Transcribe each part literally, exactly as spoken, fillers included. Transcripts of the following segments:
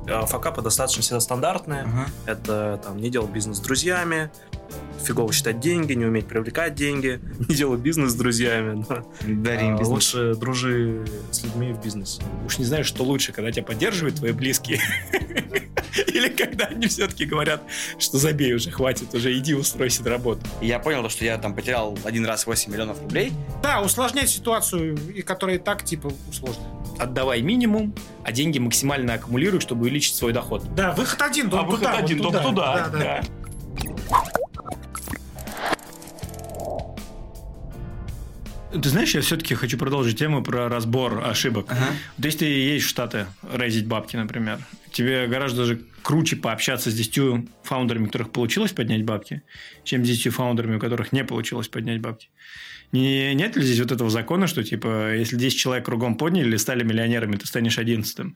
факапы достаточно всегда стандартные. Uh-huh. Это там, не делать бизнес с друзьями, фигово считать деньги, не уметь привлекать деньги, не делать бизнес с друзьями. Да. Дарим а, бизнес. Лучше дружи с людьми в бизнесе. Уж не знаю, что лучше, когда тебя поддерживают твои близкие, или когда они все-таки говорят, что забей уже, хватит, уже иди устройся на работу. Я понял, что я там потерял один раз восемь миллионов рублей. Да, усложнять ситуацию, и которая и так типа усложнена. Отдавай минимум, а деньги максимально аккумулируй, чтобы увеличить свой доход. Да, выход один, дом а туда. выход один, вот дом туда. туда. Да, да. Ты знаешь, я все-таки хочу продолжить тему про разбор ошибок. Ага. Вот если ты едешь в Штаты рейзить бабки, например, тебе гораздо даже круче пообщаться с десятью фаундерами, у которых получилось поднять бабки, чем с десятью фаундерами, у которых не получилось поднять бабки. Не, нет ли здесь вот этого закона, что типа, если десять человек кругом подняли или стали миллионерами, ты станешь одиннадцатым?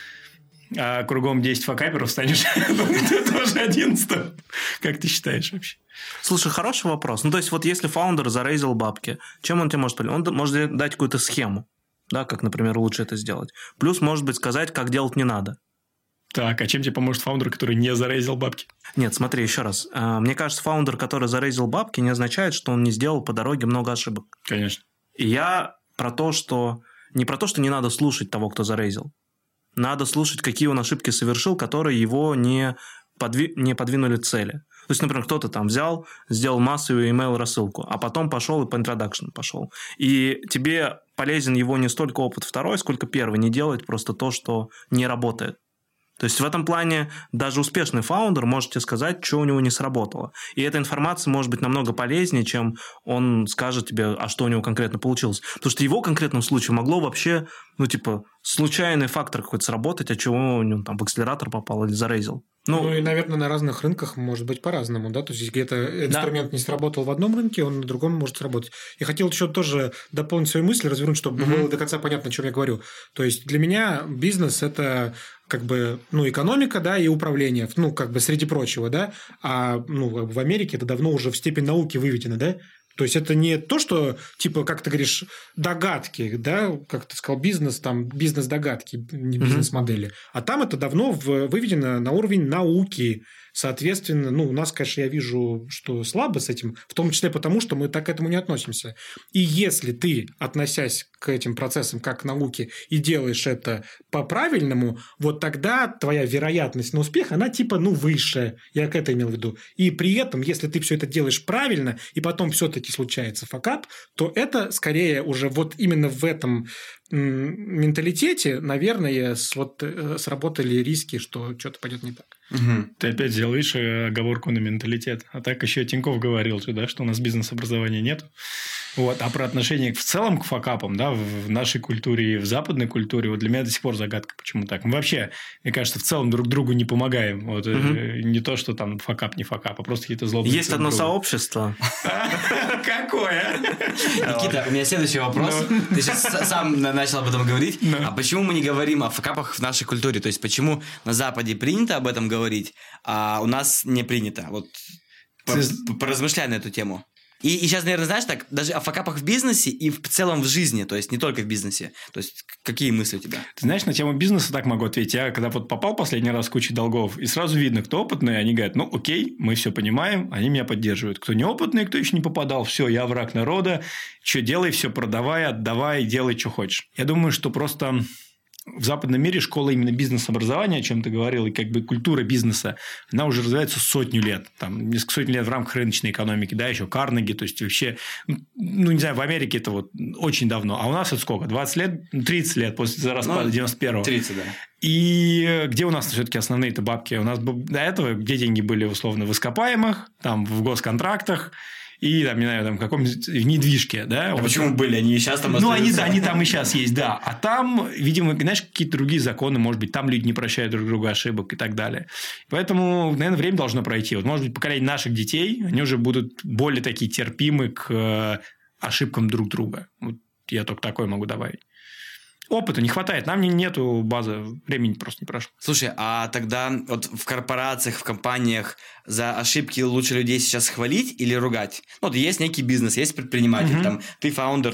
А кругом десять факаперов станешь ты тоже одиннадцатым. Как ты считаешь вообще? Слушай, хороший вопрос. Ну, то есть, вот если фаундер зарейзил бабки, чем он тебе может помочь? Он может дать какую-то схему, да, как, например, лучше это сделать. Плюс, может быть, сказать, как делать не надо. Так, а чем тебе поможет фаундер, который не зарейзил бабки? Нет, смотри, еще раз. Мне кажется, фаундер, который зарейзил бабки, не означает, что он не сделал по дороге много ошибок. Конечно. И я про то, что... Не про то, что не надо слушать того, кто зарейзил. Надо слушать, какие он ошибки совершил, которые его не, подви... не подвинули к цели. То есть, например, кто-то там взял, сделал массовую email-рассылку, а потом пошел и по introduction пошел. И тебе полезен его не столько опыт второй, сколько первый. Не делать просто то, что не работает. То есть, в этом плане даже успешный фаундер может тебе сказать, что у него не сработало. И эта информация может быть намного полезнее, чем он скажет тебе, а что у него конкретно получилось. Потому что в его конкретном случае могло вообще, ну, типа, случайный фактор какой-то сработать, от чего он там в акселератор попал или зарейзил. Ну, ну, и, наверное, на разных рынках может быть по-разному, да, то есть где-то инструмент да. не сработал в одном рынке, он на другом может сработать. Я хотел еще тоже дополнить свою мысль, развернуть, чтобы mm-hmm. было до конца понятно, о чем я говорю. То есть для меня бизнес – это как бы, ну, экономика, да, и управление, ну, как бы среди прочего, да, а, ну, в Америке это давно уже в степень науки выведено, да. То есть это не то, что, типа, как ты говоришь, догадки, да, как ты сказал, бизнес, там, бизнес-догадки, не бизнес-модели. Mm-hmm. А там это давно выведено на уровень науки. Соответственно, ну, у нас, конечно, я вижу, что слабо с этим, в том числе потому, что мы так к этому не относимся. И если ты, относясь к этим процессам как к науке, и делаешь это по-правильному, вот тогда твоя вероятность на успех, она типа, ну, выше. Я к этому имел в виду. И при этом, если ты все это делаешь правильно, и потом все-таки случается факап, то это скорее уже вот именно в этом менталитете, наверное, с, вот, сработали риски, что что-то пойдет не так. Угу. Ты опять взял, видишь, оговорку на менталитет. А так еще Тиньков говорил, да, что у нас бизнес-образования нет. Вот. А про отношение в целом к факапам, да, в нашей культуре и в западной культуре, вот для меня до сих пор загадка, почему так. Мы вообще, мне кажется, в целом друг другу не помогаем. Вот, угу. Не то, что там факап, не факап, а просто какие-то злобные. Есть одно сообщество. Какое? Никита, у меня следующий вопрос. Ты сейчас сам начал об этом говорить. А почему мы не говорим о факапах в нашей культуре? То есть, почему на Западе принято об этом говорить, а у нас не принято? Вот поразмышляй на эту тему. И, и сейчас, наверное, знаешь, так, даже о факапах в бизнесе и в целом в жизни, то есть не только в бизнесе. То есть какие мысли у тебя? Ты знаешь, на тему бизнеса так могу ответить. Я когда вот попал последний раз в кучу долгов, и сразу видно, кто опытный, они говорят, ну окей, мы все понимаем, они меня поддерживают. Кто неопытный, кто еще не попадал, все, я враг народа, что делай, все продавай, отдавай, делай, что хочешь. Я думаю, что просто... В западном мире школа именно бизнес-образования, о чем ты говорил, и как бы культура бизнеса, она уже развивается сотню лет. Там, несколько сотен лет в рамках рыночной экономики, да, еще Карнеги, то есть вообще, ну, не знаю, в Америке это вот очень давно. А у нас это сколько? двадцать лет? тридцать лет после распада ну, девяносто первого. тридцать, да. И где у нас все-таки основные-то бабки? У нас до этого где деньги были условно в ископаемых, там в госконтрактах, и, там, не знаю, там, в каком-нибудь в недвижке, да? А вот. Почему были? Они и сейчас там остаются? Ну, они, да, они там и сейчас есть, да. А там, видимо, знаешь, какие-то другие законы, может быть, там люди не прощают друг другу ошибок и так далее. Поэтому, наверное, время должно пройти. Вот, может быть, поколение наших детей, они уже будут более такие терпимы к ошибкам друг друга. Вот я только такое могу добавить. Опыта не хватает, нам нету базы, времени просто не прошло. Слушай, а тогда вот в корпорациях, в компаниях за ошибки лучше людей сейчас хвалить или ругать? Ну, вот есть некий бизнес, есть предприниматель, mm-hmm. там, ты фаундер там,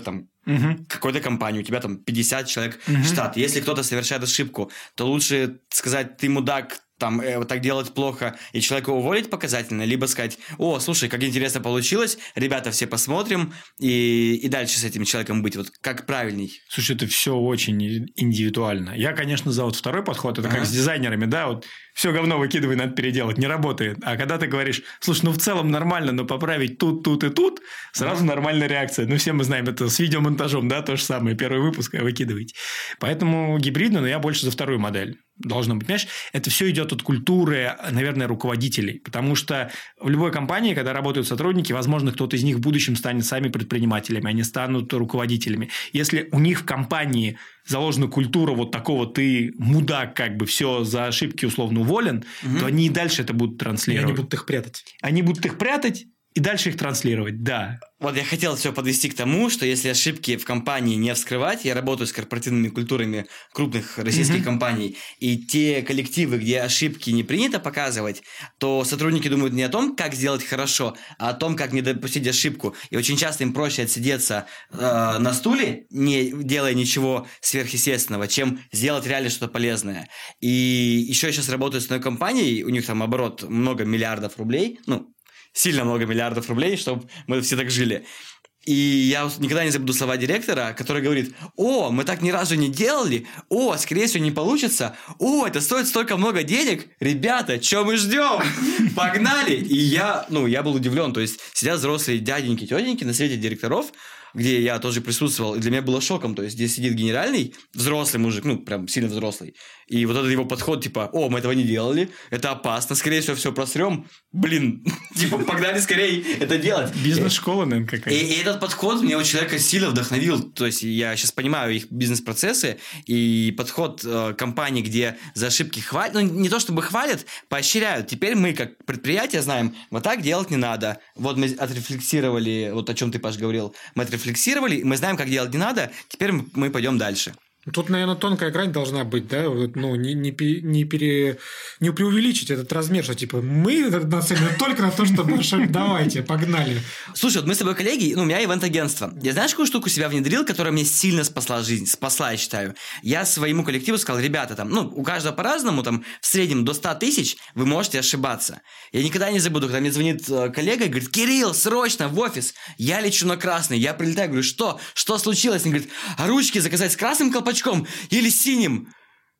угу. какой-то компании, у тебя там пятьдесят человек угу. штат. Если кто-то совершает ошибку, то лучше сказать, ты мудак, там, э, вот так делать плохо, и человека уволить показательно, либо сказать, о, слушай, как интересно получилось, ребята, все посмотрим, и, и дальше с этим человеком быть, вот как правильней. Слушай, это все очень индивидуально. Я, конечно, за вот второй подход, это ага. как с дизайнерами, да, вот все говно выкидывай, надо переделать, не работает. А когда ты говоришь, слушай, ну в целом нормально, но поправить тут, тут и тут, сразу ага. нормальная реакция. Ну все мы знаем, это с видеомонтажом, да, то же самое, первый выпуск, а выкидывайте. Поэтому гибридно, но я больше за вторую модель. Должно быть, понимаешь, это все идет от культуры, наверное, руководителей, потому что в любой компании, когда работают сотрудники, возможно, кто-то из них в будущем станет сами предпринимателями, они станут руководителями. Если у них в компании заложена культура вот такого ты мудак, как бы все за ошибки условно уволен, угу. то они и дальше это будут транслировать. И они будут их прятать. Они будут их прятать и дальше их транслировать, да. Вот я хотел все подвести к тому, что если ошибки в компании не вскрывать, я работаю с корпоративными культурами крупных российских mm-hmm. компаний, и те коллективы, где ошибки не принято показывать, то сотрудники думают не о том, как сделать хорошо, а о том, как не допустить ошибку. И очень часто им проще отсидеться э, на стуле, не делая ничего сверхъестественного, чем сделать реально что-то полезное. И еще я сейчас работаю с одной компанией, у них там оборот много миллиардов рублей, ну, сильно много миллиардов рублей, чтобы мы все так жили. И я никогда не забуду слова директора, который говорит, о, мы так ни разу не делали, о, скорее всего не получится, о, это стоит столько много денег, ребята, что мы ждем? Погнали! И я, ну, я был удивлен, то есть сидят взрослые дяденьки, тетеньки на совете директоров, где я тоже присутствовал, и для меня было шоком, то есть здесь сидит генеральный, взрослый мужик, ну, прям сильно взрослый, и вот этот его подход, типа, о, мы этого не делали, это опасно, скорее всего, все просрем, блин, типа, погнали скорее это делать. Бизнес-школа, наверное, какая-то. И, и этот подход меня у человека сильно вдохновил, то есть я сейчас понимаю их бизнес-процессы, и подход э, компании, где за ошибки хвалят, ну, не то чтобы хвалят, поощряют, теперь мы, как предприятие, знаем, вот так делать не надо, вот мы отрефлексировали, вот о чем ты, Паш, говорил, мы отрефлексировали, мы знаем, как делать не надо, теперь мы пойдем дальше. Тут, наверное, тонкая грань должна быть, да, вот, ну, не, не, не, пере, не преувеличить этот размер, что, типа, мы нацелены только на то, чтобы давайте, погнали. Слушай, вот мы с тобой коллеги, ну, у меня ивент-агентство. Я знаешь, какую штуку себя внедрил, которая мне сильно спасла жизнь, спасла, я считаю? Я своему коллективу сказал, ребята, там, ну, у каждого по-разному, там, в среднем до ста тысяч вы можете ошибаться. Я никогда не забуду, когда мне звонит коллега и говорит, Кирилл, срочно в офис, я лечу на красный, я прилетаю, говорю, что? Что случилось? Он говорит, а ручки заказать с красным колпачком или синим?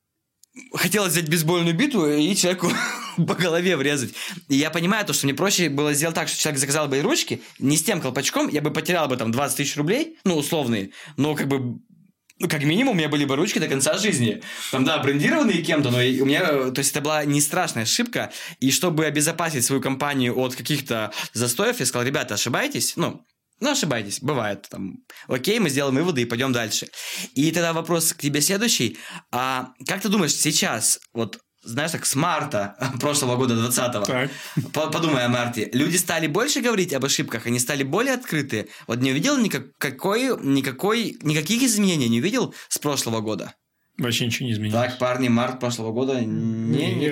Хотелось взять бейсбольную биту и человеку по голове врезать. И я понимаю то, что мне проще было сделать так, что человек заказал бы и ручки, не с тем колпачком, я бы потерял бы там двадцать тысяч рублей, ну, условные, но как бы, ну, как минимум, у меня были бы ручки до конца жизни. Там, да, брендированные кем-то, но у меня, то есть это была не страшная ошибка, и чтобы обезопасить свою компанию от каких-то застоев, я сказал, ребята, ошибаетесь, ну, Ну, ошибаетесь, бывает. Там, окей, мы сделаем выводы и пойдем дальше. И тогда вопрос к тебе следующий. А как ты думаешь, сейчас, вот, знаешь, так, с марта прошлого года, двадцатого, так. подумай о марте, люди стали больше говорить об ошибках, они стали более открыты? Вот не увидел никакой, никакой, никаких изменений, не увидел с прошлого года? Вообще ничего не изменилось. Так, парни, март прошлого года... Не, не,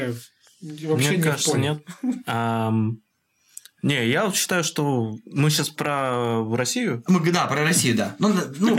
я вообще Мне не кажется, понял. нет. Не, я считаю, что мы сейчас про Россию. Мы, да, про Россию, да. Ну, ну...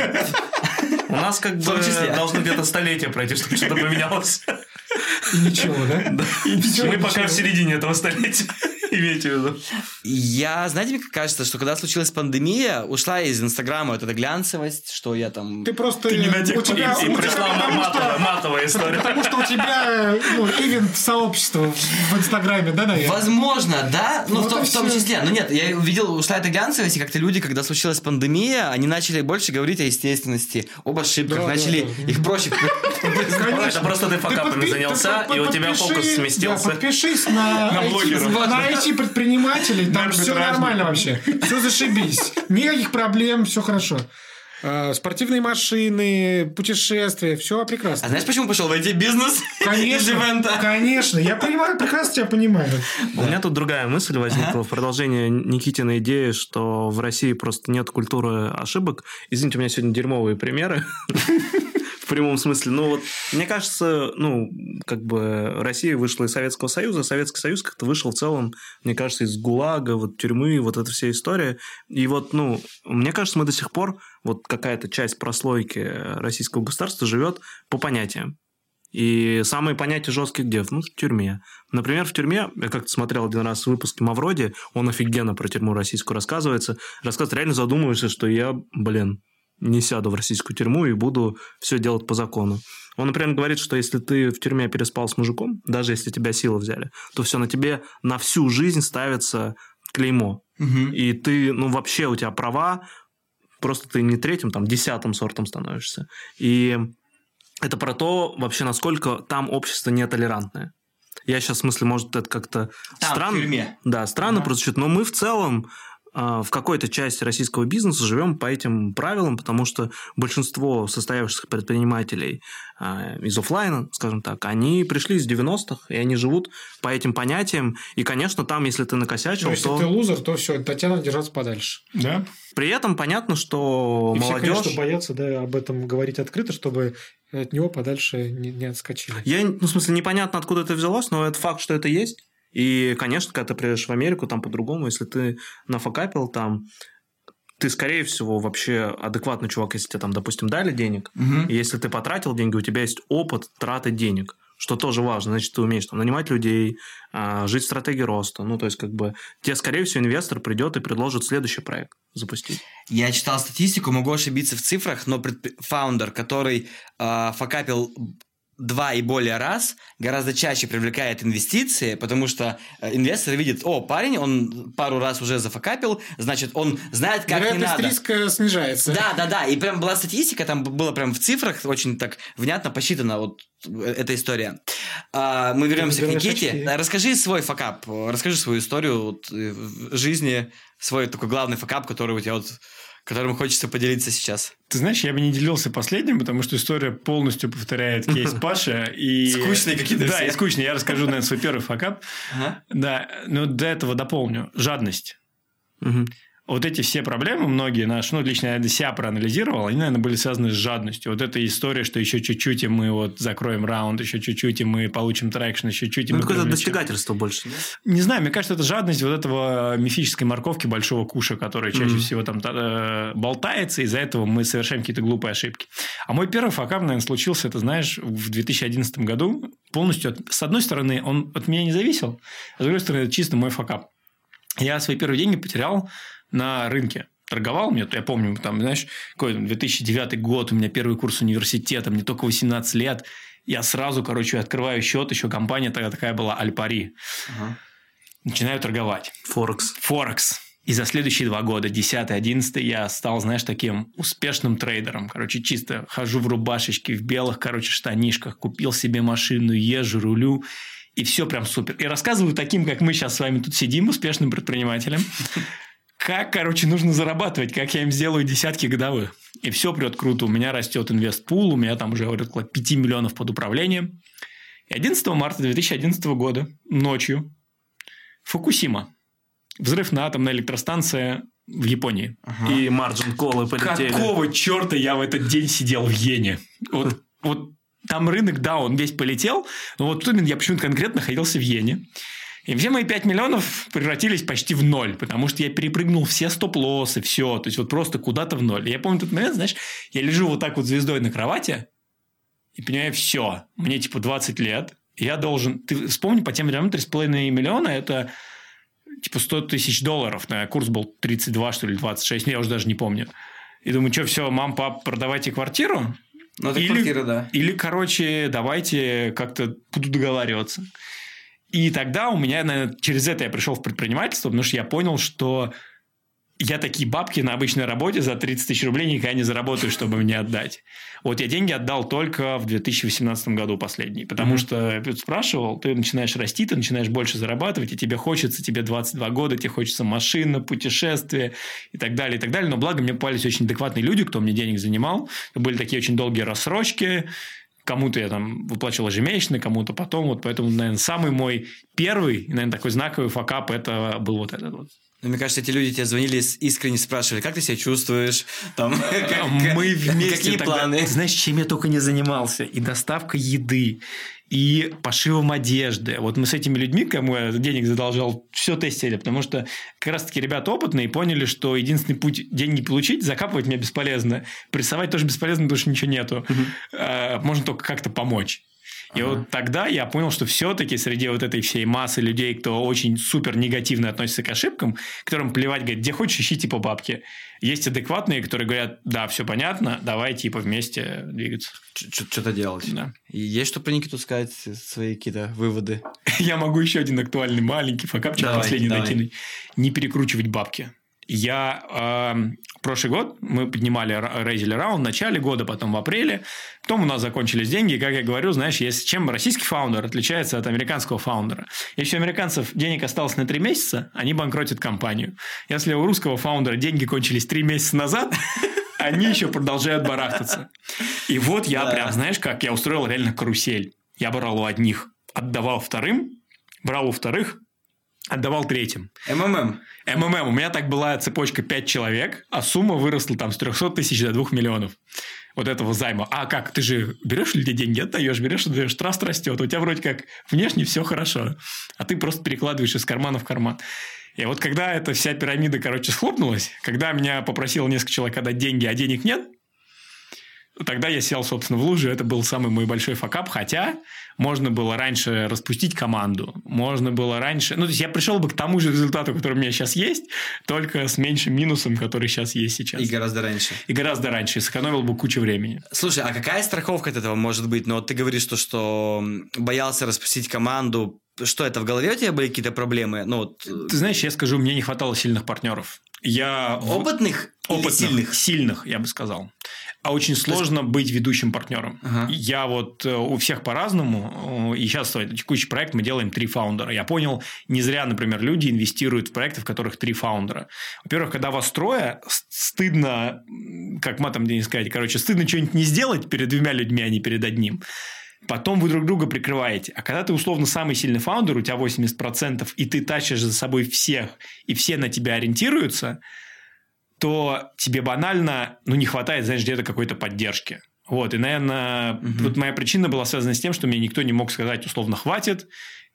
У нас как бы должно где-то столетие пройти, чтобы что-то поменялось. И ничего, да? Мы пока в середине этого столетия. Имейте в виду. Я, знаете, мне кажется, что когда случилась пандемия, ушла из Инстаграма вот эта глянцевость, что я там... Ты просто... Ты не на тех, тебя, и, и пришла матовая, матовая история. Потому что у тебя ну, ивент-сообщество в Инстаграме, да, наверное? Возможно, да. Ну, вот в, в том числе. Но нет, я увидел, ушла эта глянцевость, и как-то люди, когда случилась пандемия, они начали больше говорить о естественности, об ошибках, да, начали да, да. их проще... Это просто ты факапами занялся, и у тебя фокус сместился. Подпишись на ай ти-предпринимателей, там все нормально вообще. Все зашибись. Никаких проблем, все хорошо. Спортивные машины, путешествия, все прекрасно. А знаешь, почему пошел в ай ти-бизнес? Конечно, конечно. Я понимаю, прекрасно тебя понимаю. У меня тут другая мысль возникла в продолжение Никитиной идеи, что в России просто нет культуры ошибок. Извините, у меня сегодня дерьмовые примеры. в прямом смысле. Ну, вот, мне кажется, ну, как бы Россия вышла из Советского Союза, Советский Союз как-то вышел в целом, мне кажется, из ГУЛАГа, вот тюрьмы, вот эта вся история. И вот, ну, мне кажется, мы до сих пор, вот какая-то часть прослойки российского государства живет по понятиям. И самые понятия жесткие где? Ну, в тюрьме. Например, в тюрьме, я как-то смотрел один раз выпуски Мавроди, он офигенно про тюрьму российскую рассказывается. Рассказывает, реально задумываешься, что я, блин, не сяду в российскую тюрьму и буду все делать по закону. Он, например, говорит, что если ты в тюрьме переспал с мужиком, даже если тебя силы взяли, то все на тебе на всю жизнь ставится клеймо. Угу. И ты, ну, вообще у тебя права, просто ты не третьим, там, десятым сортом становишься. И это про то, вообще, насколько там общество нетолерантное. Я сейчас, в смысле, может, это как-то там, странно. В тюрьме. Да, странно ага. прозвучит, но мы в целом в какой-то части российского бизнеса живем по этим правилам, потому что большинство состоявшихся предпринимателей из офлайна, скажем так, они пришли из девяностых, и они живут по этим понятиям. И, конечно, там, если ты накосячил, но если то... ты лузер, то все, от тебя надо держаться подальше. Да. При этом понятно, что и молодежь... все, конечно, боятся, да, об этом говорить открыто, чтобы от него подальше не, не отскочили. Я, ну, в смысле, непонятно, откуда это взялось, но это факт, что это есть. И, конечно, когда ты приедешь в Америку, там по-другому. Если ты нафакапил там, ты, скорее всего, вообще адекватный чувак, если тебе там, допустим, дали денег. Угу. И если ты потратил деньги, у тебя есть опыт траты денег, что тоже важно. Значит, ты умеешь там нанимать людей, жить в стратегии роста. Ну, то есть, как бы, тебе, скорее всего, инвестор придет и предложит следующий проект запустить. Я читал статистику, могу ошибиться в цифрах, но фаундер, который э, факапил два и более раз, гораздо чаще привлекает инвестиции, потому что инвестор видит, о, парень, он пару раз уже зафакапил, значит, он знает, как не надо. Вероятность риска снижается. Да, да, да, и прям была статистика, там было прям в цифрах, очень так внятно посчитана вот эта история. Мы вернемся к Никите. Очки. Расскажи свой факап, расскажи свою историю вот, в жизни, свой такой главный факап, который у тебя вот... которым хочется поделиться сейчас. Ты знаешь, я бы не делился последним, потому что история полностью повторяет кейс Паши. И... Скучные какие-то Да, все. и скучные. Я расскажу, наверное, свой первый факап. Ага. Да, но до этого дополню. Жадность. Угу. Вот эти все проблемы, многие наши, ну, лично я для себя проанализировал, они, наверное, были связаны с жадностью. Вот эта история, что еще чуть-чуть, и мы вот закроем раунд, еще чуть-чуть, и мы получим трекшн, еще чуть-чуть. Ну, какое-то достигательство больше, да? Не знаю, мне кажется, это жадность вот этого мифической морковки большого куша, которая чаще mm-hmm. всего там э, болтается, из-за этого мы совершаем какие-то глупые ошибки. А мой первый факап, наверное, случился, это, знаешь, в две тысячи одиннадцатом году. Полностью, от, с одной стороны, он от меня не зависел, а с другой стороны, это чисто мой факап. Я свои первые деньги потерял на рынке. Торговал, мне, я помню, там, знаешь, какой две тысячи девятый год, у меня первый курс университета, мне только восемнадцать лет, я сразу, короче, открываю счет, еще компания тогда такая была, Альпари. Ага. Начинаю торговать. Форекс. Форекс. И за следующие два года, десятый, одиннадцатый, я стал, знаешь, таким успешным трейдером. Короче, чисто хожу в рубашечке, в белых, короче, штанишках, купил себе машину, езжу, рулю. И все прям супер. И рассказываю таким, как мы сейчас с вами тут сидим, успешным предпринимателям, как, короче, нужно зарабатывать, как я им сделаю десятки годовых. И все прет круто. У меня растет инвестпул, у меня там уже около пяти миллионов под управлением. И одиннадцатого марта две тысячи одиннадцатого года ночью Фукусима. Взрыв на атомной электростанции в Японии. Ага. И марджин-колы полетели. Какого черта я в этот день сидел в Йене? Вот, вот там рынок, да, он весь полетел, но вот тут я почему-то конкретно находился в Йене. И все мои пять миллионов превратились почти в ноль, потому что я перепрыгнул все стоп-лоссы, все, то есть вот просто куда-то в ноль. И я помню тот момент, знаешь, я лежу вот так вот звездой на кровати и понимаю, все, мне типа двадцать лет, я должен... Ты вспомни, по тем временам три с половиной миллиона – это типа сто тысяч долларов, наверное, курс был тридцать два, что ли, двадцать шесть, я уже даже не помню. И думаю, что, все, мам, пап, продавайте квартиру? Ну, это или, квартира, да. Или, короче, давайте как-то буду договариваться. И тогда у меня, наверное, через это я пришел в предпринимательство, потому что я понял, что я такие бабки на обычной работе за тридцать тысяч рублей никогда не заработаю, чтобы мне отдать. Вот я деньги отдал только в две тысячи восемнадцатом году последний. Потому mm-hmm. что я спрашивал, ты начинаешь расти, ты начинаешь больше зарабатывать, и тебе хочется, тебе двадцать два года, тебе хочется машина, путешествие и так далее, и так далее. Но благо мне попались очень адекватные люди, кто мне денег занимал. Были такие очень долгие рассрочки. Кому-то я там выплачивал ежемесячно, кому-то потом. Вот поэтому, наверное, самый мой первый, наверное, такой знаковый факап это был вот этот вот. Ну, мне кажется, эти люди тебе звонили искренне спрашивали, как ты себя чувствуешь, там, мы вместе какие тогда, планы. Знаешь, чем я только не занимался. И доставка еды, и пошивом одежды. Вот мы с этими людьми, кому я денег задолжал, все тестили, потому что как раз-таки ребята опытные поняли, что единственный путь деньги получить, закапывать мне бесполезно. Прессовать тоже бесполезно, потому что ничего нету. Uh-huh. Можно только как-то помочь. И ага. вот тогда я понял, что все-таки среди вот этой всей массы людей, кто очень супер негативно относится к ошибкам, которым плевать, говорит, где хочешь, ищи типа бабки. Есть адекватные, которые говорят, да, все понятно, давай типа вместе двигаться. Что-то делать. Да. И есть что про Никиту сказать, свои какие-то выводы? Я могу еще один актуальный маленький факапчик последний накинуть. Не перекручивать бабки. Я э, прошлый год мы поднимали, рейзили раунд в начале года, потом в апреле. Потом у нас закончились деньги. И, как я говорю, знаешь, есть, чем российский фаундер отличается от американского фаундера. Если у американцев денег осталось на три месяца, они банкротят компанию. Если у русского фаундера деньги кончились три месяца назад, они еще продолжают барахтаться. И вот я прям, знаешь, как я устроил реально карусель. Я брал у одних, отдавал вторым, брал у вторых, отдавал третьим. МММ. МММ. У меня так была цепочка пять человек, а сумма выросла там с трехсот тысяч до двух миллионов. Вот этого займа. А как? Ты же берешь людей деньги, отдаешь, берешь, отдаешь, траст растет. У тебя вроде как внешне все хорошо. А ты просто перекладываешь из кармана в карман. И вот когда эта вся пирамида, короче, схлопнулась, когда меня попросило несколько человек отдать деньги, а денег нет, тогда я сел, собственно, в лужу. Это был самый мой большой факап. Хотя можно было раньше распустить команду. Можно было раньше... Ну, то есть, я пришел бы к тому же результату, который у меня сейчас есть, только с меньшим минусом, который сейчас есть сейчас. И гораздо раньше. И гораздо раньше. И сэкономил бы кучу времени. Слушай, а какая страховка от этого может быть? Ну, вот ты говоришь, что, что боялся распустить команду. Что это, в голове у тебя были какие-то проблемы? Ну, вот... Ты знаешь, я скажу, мне не хватало сильных партнеров. Я... Опытных, Опытных или сильных? Сильных, я бы сказал. А очень сложно есть... быть ведущим партнером. Ага. Я вот у всех по-разному. И сейчас текущий проект мы делаем три фаундера. Я понял, не зря, например, люди инвестируют в проекты, в которых три фаундера. Во-первых, когда вас трое, стыдно, как матом не сказать, короче, стыдно что-нибудь не сделать перед двумя людьми, а не перед одним. Потом вы друг друга прикрываете. А когда ты, условно, самый сильный фаундер, у тебя восемьдесят процентов, и ты тащишь за собой всех, и все на тебя ориентируются, то тебе банально, ну, не хватает, знаешь, где-то какой-то поддержки. Вот. И, наверное, угу. вот моя причина была связана с тем, что мне никто не мог сказать, условно, хватит,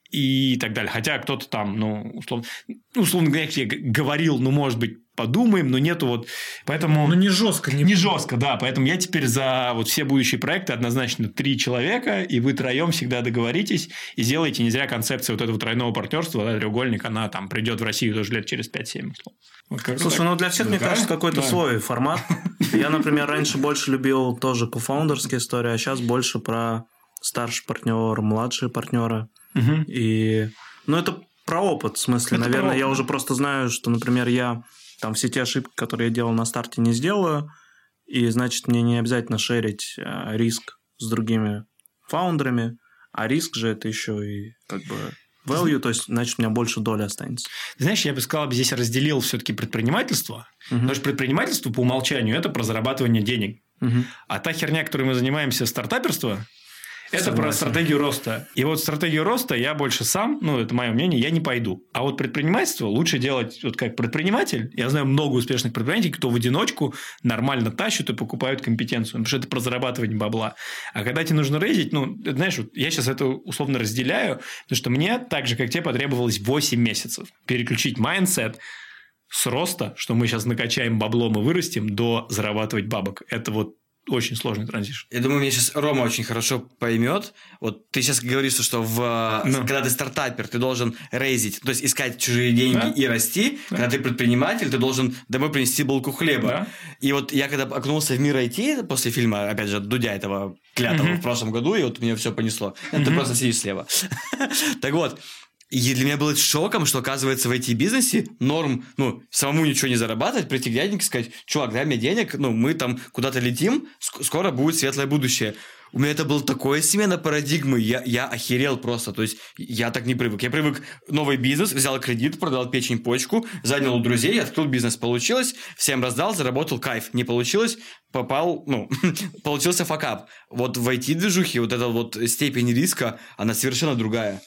и так далее. Хотя кто-то там, ну, условно, условно говоря, говорил, ну, может быть, подумаем, но нету вот... Поэтому... Ну, не жестко. Не... не жестко, да. Поэтому я теперь за вот все будущие проекты однозначно три человека, и вы троем всегда договоритесь и сделаете. Не зря концепция вот этого тройного партнерства, да, треугольник, она там придет в Россию тоже лет через пять-семь. Вот Слушай, так. ну для всех, да, мне кажется, какой-то да. свой формат. Я, например, раньше больше любил тоже кофаундерские истории, а сейчас больше про старший партнер, младшие партнеры. Угу. И, ну, это про опыт, в смысле. Это наверное, я уже просто знаю, что, например, я там все те ошибки, которые я делал на старте, не сделаю, и, значит, мне не обязательно шерить а, риск с другими фаундерами, а риск же это еще и как бы value, то есть, значит, у меня больше доли останется. Знаешь, я бы сказал, здесь разделил все-таки предпринимательство, угу. потому что предпринимательство по умолчанию – это про зарабатывание денег. Угу. А та херня, которой мы занимаемся, стартаперство – это Согласен. Про стратегию роста. И вот стратегию роста я больше сам, ну, это мое мнение, я не пойду. А вот предпринимательство лучше делать вот как предприниматель. Я знаю много успешных предпринимателей, кто в одиночку нормально тащат и покупают компетенцию. Потому что это про зарабатывание бабла. А когда тебе нужно рейзить, ну, знаешь, вот я сейчас это условно разделяю, потому что мне, так же, как тебе, потребовалось восемь месяцев переключить майндсет с роста, что мы сейчас накачаем баблом и вырастем, до зарабатывать бабок. Это вот очень сложный транзишн. Я думаю, меня сейчас Рома очень хорошо поймет. Вот ты сейчас говоришь, что в... ну. когда ты стартапер, ты должен рейзить, то есть искать чужие деньги да? и расти. Да. Когда ты предприниматель, ты должен домой принести булку хлеба. Да. И вот я когда окунулся в мир ай ти после фильма, опять же, Дудя этого клятого mm-hmm. в прошлом году, и вот меня все понесло. Mm-hmm. Ты просто сидишь слева. Так вот, и для меня было шоком, что, оказывается, в ай ти-бизнесе норм, ну, самому ничего не зарабатывать, прийти к дяденьке и сказать: чувак, дай мне денег, ну, мы там куда-то летим, скоро будет светлое будущее. У меня это была такая смена парадигмы, я, я охерел просто, то есть я так не привык. Я привык новый бизнес, взял кредит, продал печень, почку, занял у друзей, открыл бизнес, получилось, всем раздал, заработал, кайф. Не получилось, попал, ну, получился факап. Вот в ай ти-движухе вот эта вот степень риска, она совершенно другая.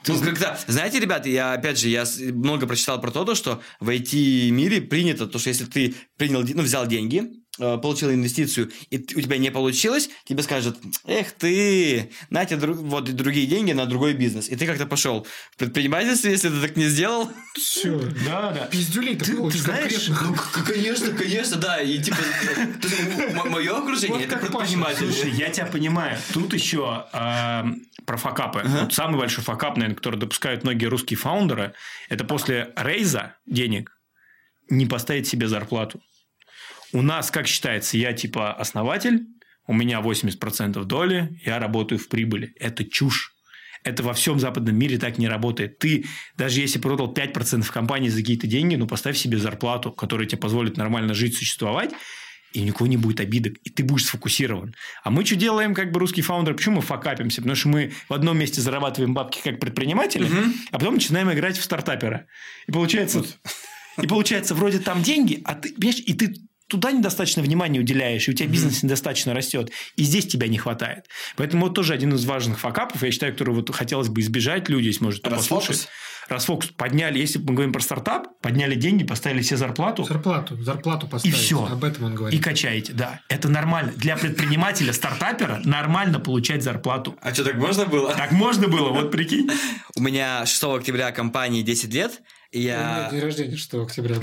Ну, когда, знаете, ребята, я, опять же, я много прочитал про то, что в ай ти-мире принято, то, что если ты принял, ну, взял деньги, получил инвестицию, и у тебя не получилось, тебе скажут, эх ты, на тебе вот другие деньги на другой бизнес. И ты как-то пошел в предпринимательство, если ты так не сделал. Все, да, да. Пиздюлей-то ты, ты знаешь, ну, конечно, конечно, да. И типа, мое окружение, это предприниматель. Слушай, я тебя понимаю. Тут еще про факапы. Вот самый большой факап, наверное, который допускают многие русские фаундеры, это после рейза денег не поставить себе зарплату. У нас, как считается, я типа основатель, у меня восемьдесят процентов доли, я работаю в прибыли. Это чушь. Это во всем западном мире так не работает. Ты, даже если продал пять процентов компании за какие-то деньги, ну, поставь себе зарплату, которая тебе позволит нормально жить, существовать, и никого не будет обидок, и ты будешь сфокусирован. А мы что делаем, как бы русские фаундеры? Почему мы факапимся? Потому что мы в одном месте зарабатываем бабки как предприниматели, угу. а потом начинаем играть в стартапера. И получается, и получается вроде там деньги, а ты, понимаешь, и ты туда недостаточно внимания уделяешь, и у тебя бизнес недостаточно растет, и здесь тебя не хватает. Поэтому вот тоже один из важных факапов, я считаю, который вот хотелось бы избежать, люди, если может, послушать. Расфокус. Подняли, если мы говорим про стартап, подняли деньги, поставили себе зарплату. Зарплату, зарплату поставить. И все. Об этом он говорит. И качаете, да. Это нормально. Для предпринимателя, стартапера нормально получать зарплату. А что, так можно было? Так можно было, вот прикинь. У меня шестого октября компании десять лет, и я... У меня день рождения шестого октября.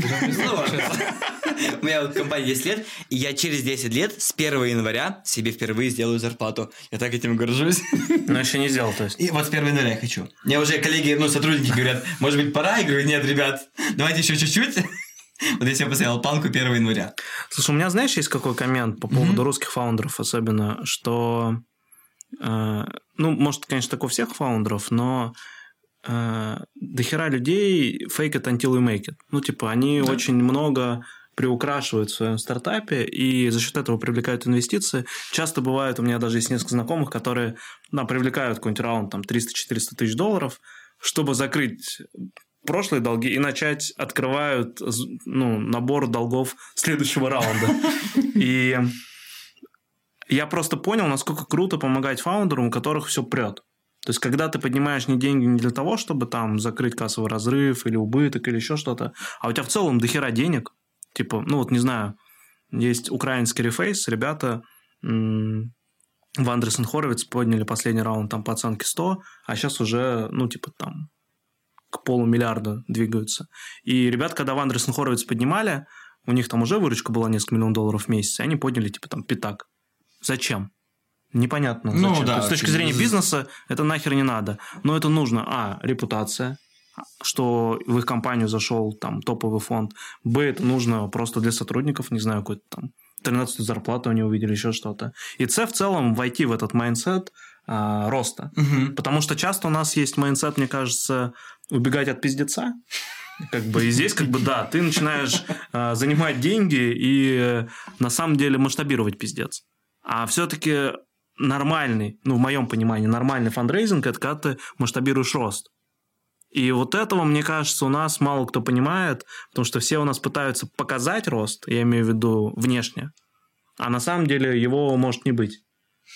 У меня вот компания десять лет, и я через десять лет с первого января себе впервые сделаю зарплату. Я так этим горжусь. Но еще не сделал, то есть. И вот с первого января я хочу. Мне уже коллеги, ну, сотрудники говорят, может быть, пора? Я говорю, нет, ребят, давайте еще чуть-чуть. Вот я себе поставил планку первого января. Слушай, у меня, знаешь, есть какой коммент по поводу mm-hmm. русских фаундеров особенно, что, э, ну, может, конечно, так у всех фаундеров, но э, дохера людей fake it until you make it. Ну, типа, они да. очень много приукрашивают в своем стартапе и за счет этого привлекают инвестиции. Часто бывает, у меня даже есть несколько знакомых, которые да, привлекают какой-нибудь раунд там триста-четыреста тысяч долларов, чтобы закрыть прошлые долги и начать открывают ну, набор долгов следующего раунда. И я просто понял, насколько круто помогать фаундерам, у которых все прет. То есть, когда ты поднимаешь не деньги не для того, чтобы там закрыть кассовый разрыв или убыток или еще что-то, а у тебя в целом дохера денег. Типа, ну вот не знаю, есть украинский рефейс, ребята м- в Андерсон Хоровиц подняли последний раунд там по оценке сто, а сейчас уже, ну типа там к полумиллиарда двигаются. И ребята, когда в Андерсон Хоровиц поднимали, у них там уже выручка была несколько миллионов долларов в месяц, и они подняли типа там пятак. Зачем? Непонятно. Зачем. Ну, да, То есть, с точки зрения бизнеса это нахер не надо. Но это нужно, а, репутация, что в их компанию зашел там топовый фонд. Б, это нужно просто для сотрудников, не знаю, какой-то там тринадцатую зарплату они увидели, еще что-то. И С, в целом, войти в этот майндсет а, роста. Угу. Потому что часто у нас есть майндсет, мне кажется, убегать от пиздеца. Как бы, и здесь, как бы, да, ты начинаешь а, занимать деньги и на самом деле масштабировать пиздец. А все-таки нормальный, ну, в моем понимании, нормальный фандрейзинг – это когда ты масштабируешь рост. И вот этого, мне кажется, у нас мало кто понимает, потому что все у нас пытаются показать рост, я имею в виду внешне, а на самом деле его может не быть.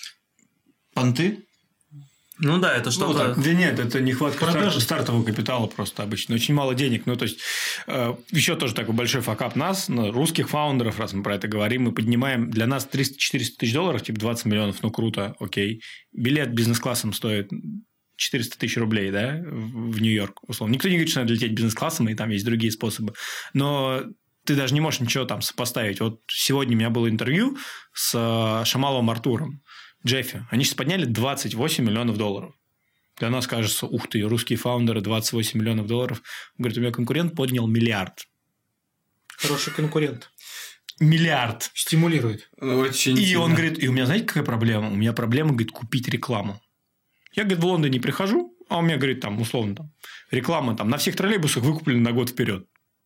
Понты? Ну да, это что-то... Ну, да нет, это нехватка продажи стартового капитала просто обычно. Очень мало денег. Ну, то есть, э, еще тоже такой большой факап нас, ну, русских фаундеров, раз мы про это говорим, мы поднимаем для нас триста-четыреста тысяч долларов, типа двадцать миллионов, ну, круто, окей. Билет бизнес-классом стоит четыреста тысяч рублей, да, в Нью-Йорк, условно. Никто не говорит, что надо лететь бизнес-классом, и там есть другие способы. Но ты даже не можешь ничего там сопоставить. Вот сегодня у меня было интервью с Шамалом Артуром, Джеффи. Они сейчас подняли двадцать восемь миллионов долларов. Для нас кажется, ух ты, русские фаундеры, двадцать восемь миллионов долларов. Он говорит, у меня конкурент поднял миллиард. Хороший конкурент. Миллиард. Стимулирует. Очень и сильно. Он говорит, и у меня, знаете, какая проблема? У меня проблема, говорит, купить рекламу. Я, говорит, в Лондоне прихожу, а у меня, говорит, там, условно, там, реклама там, на всех троллейбусах выкуплена на год вперед.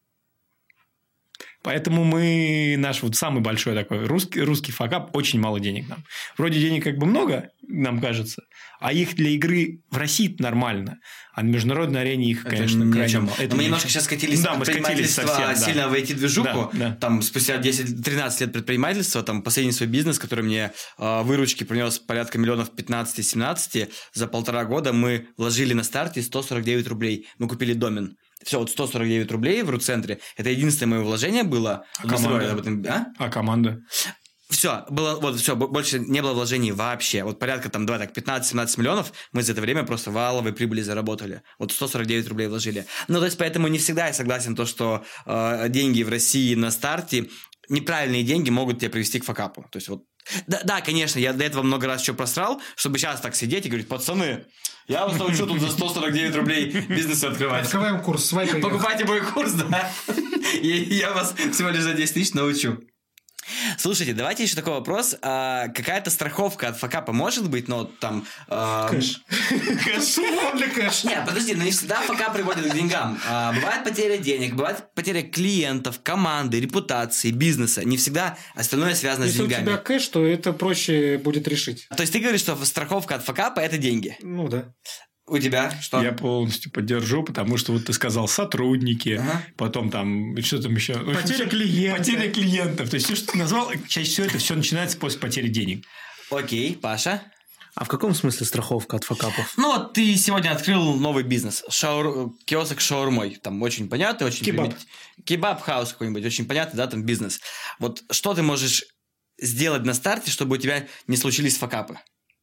Поэтому мы, наш вот самый большой такой русский, русский факап, очень мало денег нам. Вроде денег как бы много, нам кажется. А их для игры в России нормально. А на международной арене их, Это конечно, крайне мало. Это мы немножко сейчас скатились да, в мы скатились предпринимательство совсем, да. сильно в ай ти-движуху. Да, да. Там спустя десять-тринадцать лет предпринимательства, там последний свой бизнес, который мне э, выручки принес порядка миллионов пятнадцать-семнадцать, за полтора года мы вложили на старте сто сорок девять рублей. Мы купили домен. Все, вот сто сорок девять рублей в РУ-центре. Это единственное мое вложение было. А команда? Об этом, а? а команда? Все, было, вот, все, больше не было вложений вообще. Вот порядка там, давай так, пятнадцать-семнадцать миллионов мы за это время просто валовой прибыли заработали. Вот сто сорок девять рублей вложили. Ну, то есть, поэтому не всегда я согласен то, что э, деньги в России на старте, неправильные деньги могут тебя привести к факапу. То есть, вот, да, да, конечно, я до этого много раз еще просрал, чтобы сейчас так сидеть и говорить, пацаны, я вас научу тут за сто сорок девять рублей бизнес открывать. Открываем курс, свайпай. Покупайте мой курс, да. И я вас всего лишь за десять тысяч научу. Слушайте, давайте еще такой вопрос. А, какая-то страховка от факапа может быть, но там... А... Кэш. Кэш. Для кэш. Нет, подожди, но не всегда факап приводит к деньгам. А, бывает потеря денег, бывает потеря клиентов, команды, репутации, бизнеса. Не всегда остальное связано Если с деньгами. Если у тебя кэш, то это проще будет решить. То есть ты говоришь, что страховка от факапа – это деньги? Ну да. У тебя что? Я полностью поддержу, потому что вот ты сказал сотрудники, ага. потом там что там еще? Потеря клиентов. Потеря клиентов. То есть все, что ты назвал, чаще всего это все начинается после потери денег. Окей, Паша. А в каком смысле страховка от факапов? Ну, вот ты сегодня открыл новый бизнес. Шаур... Киосок с шаурмой. Там очень понятный, очень... Кебаб. Примит... Кебаб-хаус какой-нибудь. Очень понятный, да, там бизнес. Вот что ты можешь сделать на старте, чтобы у тебя не случились факапы?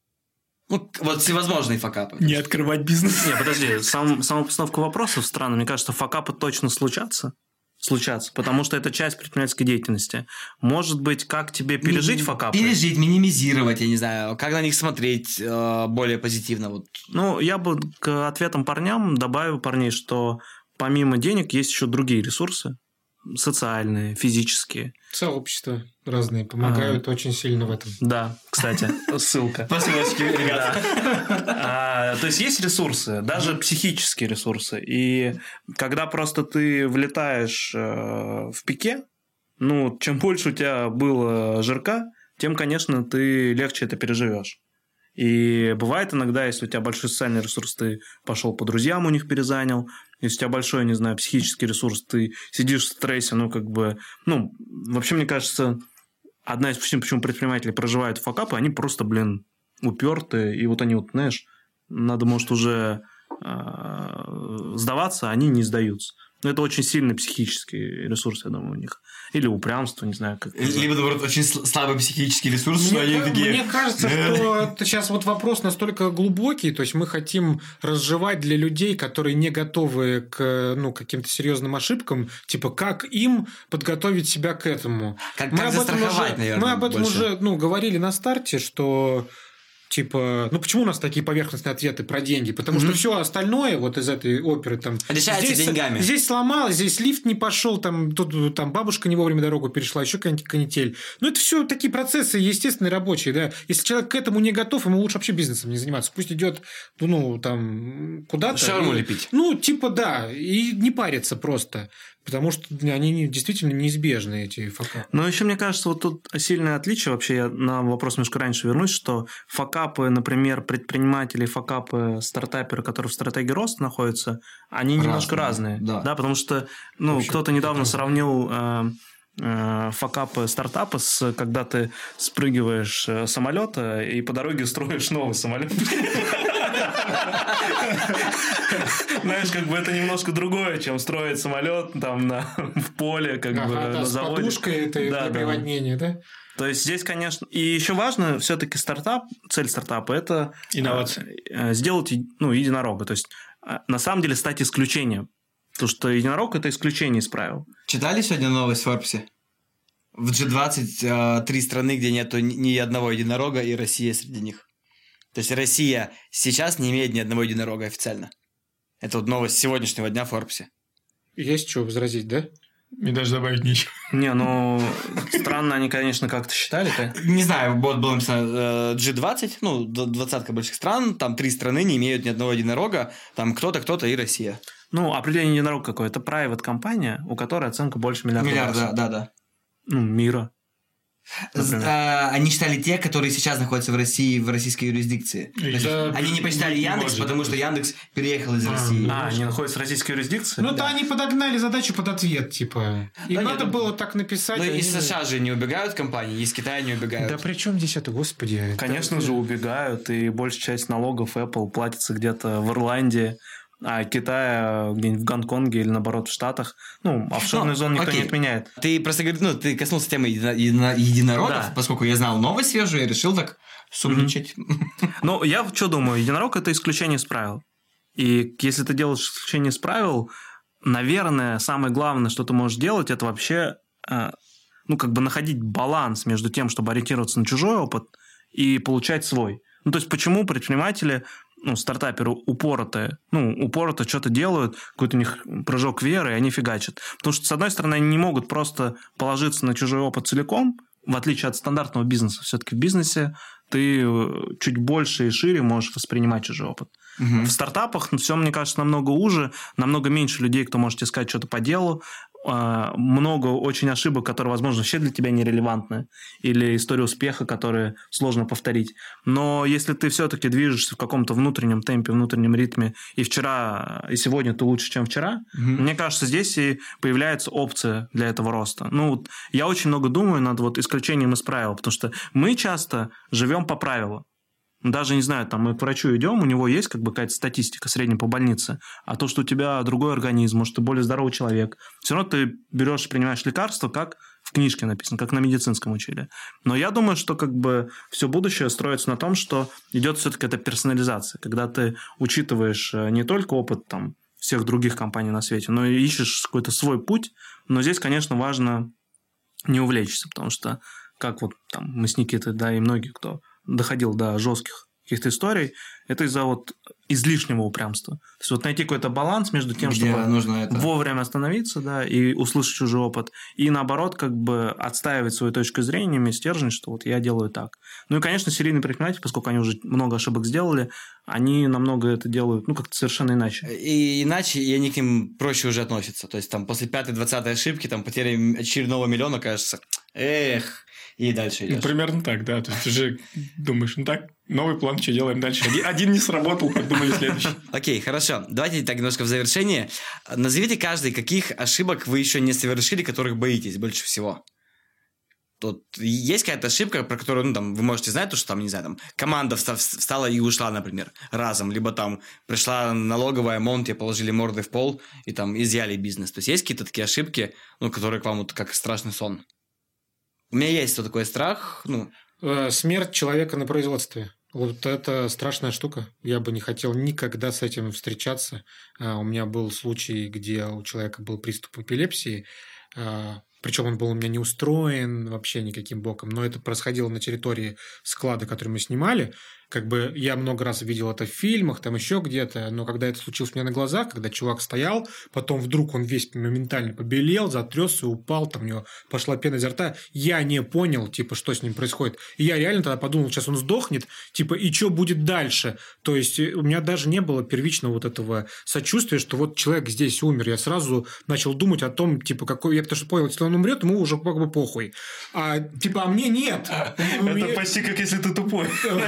Ну, вот всевозможные факапы. Не открывать бизнес. Не, подожди, сам, сама постановка вопросов странная. Мне кажется, факапы точно случатся. Случатся, потому что это часть предпринимательской деятельности. Может быть, как тебе пережить факапы? Пережить, минимизировать, я не знаю, как на них смотреть э, более позитивно. Вот. Ну, я бы к ответам парням добавил парней, что помимо денег есть еще другие ресурсы. Социальные, физические. Сообщества разные помогают а, очень сильно в этом. Да, кстати, ссылка. По ссылочке, ребята. То есть есть ресурсы, даже психические ресурсы. И когда просто ты влетаешь в пике, ну, чем больше у тебя было жирка, тем, конечно, ты легче это переживешь. И бывает иногда, если у тебя большой социальный ресурс, ты пошел по друзьям у них перезанял. Если у тебя большой, не знаю, психический ресурс, ты сидишь в стрессе, ну, как бы... Ну, вообще, мне кажется, одна из причин, почему предприниматели проживают факапы, они просто, блин, упертые. И вот они вот, знаешь, надо, может, уже э, сдаваться, они не сдаются. Но это очень сильный психический ресурс, я думаю, у них. Или упрямство, не знаю, как. Либо, наоборот, очень слабый психический ресурс, что они такие... Мне кажется, что сейчас вот вопрос настолько глубокий, то есть мы хотим разжевать для людей, которые не готовы к ну, каким-то серьезным ошибкам, типа как им подготовить себя к этому. Как, мы как об застраховать, этом уже, наверное, Мы об этом больше. уже ну, говорили на старте, что... Типа, ну почему у нас такие поверхностные ответы про деньги? Потому mm-hmm. что все остальное вот из этой оперы там решается здесь, деньгами. Здесь сломалось, здесь лифт не пошел, там тут там бабушка не вовремя дорогу перешла, еще какая-нибудь канитель. Ну это все такие процессы естественные, рабочие, да. Если человек к этому не готов, ему лучше вообще бизнесом не заниматься. Пусть идет, ну там куда-то. Шаурму и, лепить. Ну типа да, и не париться просто. Потому что они действительно неизбежны, эти факапы. Но еще, мне кажется, вот тут сильное отличие. Вообще, я на вопрос немножко раньше вернусь, что факапы, например, предприниматели, факапы, стартаперы, которые в стратегии роста находятся, они разные, немножко разные. Да. Да, потому что ну, вообще, кто-то недавно это... сравнил... Э, факапы стартапа с когда ты спрыгиваешь с самолета и по дороге строишь новый самолет. Знаешь, как бы это немножко другое, чем строить самолет там на, в поле, как бы на заводе. С подушкой это для приводнения, да? То есть здесь, конечно, и еще важно все-таки стартап, цель стартапа это инновация, сделать ну, единорога. То есть на самом деле стать исключением. Потому что единорог – это исключение из правил. Читали сегодня новость в Форбсе? В джи двадцать э, три страны, где нету ни одного единорога, и Россия среди них. То есть Россия сейчас не имеет ни одного единорога официально. Это вот новость сегодняшнего дня в Форбсе. Есть что возразить, да? Мне даже добавить нечего. Не, ну, странно они, конечно, как-то считали-то. Не знаю, вот было написано джи двадцать, ну, двадцатка больших стран, там три страны не имеют ни одного единорога, там кто-то, кто-то и Россия. Ну, определение единорога какое? Это private компания, у которой оценка больше миллиарда. Миллиарда, да, да. Ну, мира. А, они считали те, которые сейчас находятся в России, в российской юрисдикции. Это... Они не посчитали не Яндекс, может. Потому что Яндекс переехал из России. А, они находятся в российской юрисдикции? Ну, да, они подогнали задачу под ответ, типа. Им да надо нет, было так написать. Ну, они... из США же не убегают компании, из Китая не убегают. Да при чем здесь это, господи? Конечно это... же, убегают, и большая часть налогов Apple платится где-то в Ирландии, а Китая где-нибудь в Гонконге или, наоборот, в Штатах. Ну, офшорную зону никто окей. не отменяет. Ты просто говоришь, ну, ты коснулся темы едино- едино- единородов, да. Поскольку я знал новость свежую, я решил так сумничать. Mm-hmm. Ну, я что думаю, единорог – это исключение из правил. И если ты делаешь исключение из правил, наверное, самое главное, что ты можешь делать, это вообще, ну, как бы находить баланс между тем, чтобы ориентироваться на чужой опыт и получать свой. Ну, то есть, почему предприниматели... ну, стартаперы упоротые, ну, упорото что-то делают, какой-то у них прыжок веры, и они фигачат. Потому что, с одной стороны, они не могут просто положиться на чужой опыт целиком, в отличие от стандартного бизнеса. Все-таки в бизнесе ты чуть больше и шире можешь воспринимать чужой опыт. Угу. В стартапах все, мне кажется, намного уже, намного меньше людей, кто может искать что-то по делу, много очень ошибок, которые, возможно, вообще для тебя нерелевантны, или история успеха, которые сложно повторить. Но если ты все-таки движешься в каком-то внутреннем темпе, внутреннем ритме, и вчера, и сегодня ты лучше, чем вчера, mm-hmm. мне кажется, здесь и появляется опция для этого роста. Ну, вот я очень много думаю над вот исключением из правил, потому что мы часто живем по правилам. Даже, не знаю, там мы к врачу идем, у него есть как бы какая-то статистика средняя по больнице, а то, что у тебя другой организм, может, ты более здоровый человек, все равно ты берешь и принимаешь лекарства, как в книжке написано, как на медицинском учили. Но я думаю, что как бы все будущее строится на том, что идет все-таки эта персонализация, когда ты учитываешь не только опыт там всех других компаний на свете, но и ищешь какой-то свой путь. Но здесь, конечно, важно не увлечься, потому что как вот там мы с Никитой, да, и многие, кто доходил до жестких каких-то историй, это из-за вот излишнего упрямства. То есть вот найти какой-то баланс между тем, где чтобы нужно это... вовремя остановиться, да, и услышать чужой опыт, и наоборот, как бы отстаивать свою точку зрения, иметь стержень, что вот я делаю так. Ну и, конечно, серийные предприниматели, поскольку они уже много ошибок сделали, они намного это делают, ну, как-то совершенно иначе. И иначе, и они к ним проще уже относятся. То есть там после пятой-двадцатой ошибки, там потеря очередного миллиона, кажется, эх, и дальше идешь. Ну, примерно так, да. То есть ты же думаешь, ну так, новый план, что делаем дальше? Один, один не сработал, придумали следующий. Окей, хорошо. Давайте так немножко в завершение. Назовите каждый, каких ошибок вы еще не совершили, которых боитесь больше всего. Тут есть какая-то ошибка, про которую, ну, там, вы можете знать, то, что там, не знаю, там, команда встала и ушла, например, разом, либо там пришла налоговая, МОН, тебе положили морды в пол и там изъяли бизнес. То есть есть какие-то такие ошибки, ну, которые к вам вот как страшный сон? У меня есть вот такой страх, ну... Смерть человека на производстве. Вот это страшная штука. Я бы не хотел никогда с этим встречаться. У меня был случай, где у человека был приступ эпилепсии. Причем он был у меня не устроен вообще никаким боком. Но это происходило на территории склада, который мы снимали. Как бы я много раз видел это в фильмах, там еще где-то, но когда это случилось у меня на глазах, когда чувак стоял, потом вдруг он весь моментально побелел, затрясся, упал, там у него пошла пена изо рта, я не понял, типа, что с ним происходит. И я реально тогда подумал, сейчас он сдохнет, типа, и что будет дальше? То есть у меня даже не было первичного вот этого сочувствия, что вот человек здесь умер. Я сразу начал думать о том, типа, какой... Я потому что понял, если он умрет, ему уже как бы похуй. А, типа, а мне нет. Это почти как если ты тупой.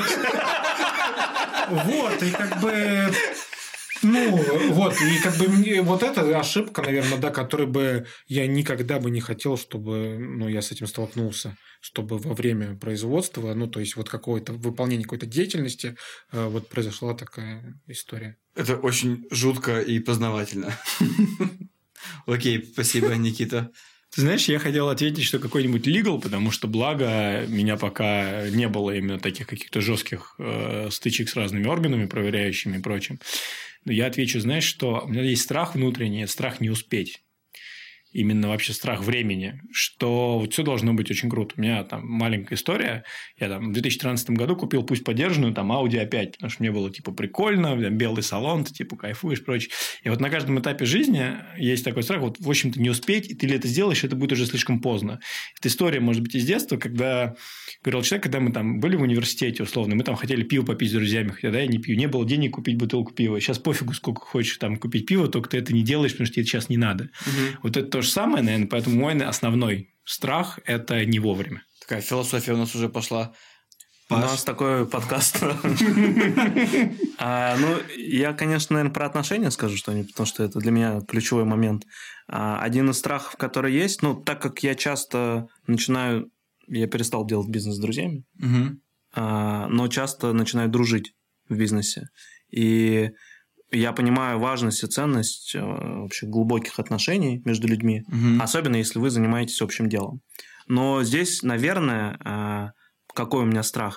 Вот, и как бы... Ну, вот, и как бы мне вот эта ошибка, наверное, да, которой бы я никогда бы не хотел, чтобы, ну, я с этим столкнулся, чтобы во время производства, ну, то есть вот какое-то выполнение какой-то деятельности, вот произошла такая история. Это очень жутко и познавательно. Окей, спасибо, Никита. Ты знаешь, я хотел ответить, что какой-нибудь legal, потому что, благо, меня пока не было именно таких каких-то жестких э, стычек с разными органами, проверяющими и прочим. Но я отвечу, знаешь, что у меня есть страх внутренний, страх не успеть. Именно вообще страх времени, что вот все должно быть очень круто. У меня там маленькая история. Я там в две тысячи тринадцатом году купил, пусть подержанную, там Audi а пять, потому что мне было типа прикольно, там, белый салон, ты типа кайфуешь и прочее. И вот на каждом этапе жизни есть такой страх, вот в общем-то не успеть, и ты ли это сделаешь, это будет уже слишком поздно. Это история, может быть, из детства, когда говорил человек, когда мы там были в университете, условно, мы там хотели пиво попить с друзьями, хотя да, я не пью, не было денег купить бутылку пива. Сейчас пофигу, сколько хочешь там купить пива, только ты это не делаешь, потому что тебе это сейчас не надо. Угу. Вот это то же самое, наверное, поэтому мой основной страх – это не вовремя. Какая философия у нас уже пошла. У нас такой подкаст. Ну, я, конечно, наверное, про отношения скажу что-нибудь, потому что это для меня ключевой момент. Один из страхов, который есть, ну, так как я часто начинаю... Я перестал делать бизнес с друзьями, но часто начинаю дружить в бизнесе. И я понимаю важность и ценность вообще глубоких отношений между людьми, особенно если вы занимаетесь общим делом. Но здесь, наверное... Какой у меня страх,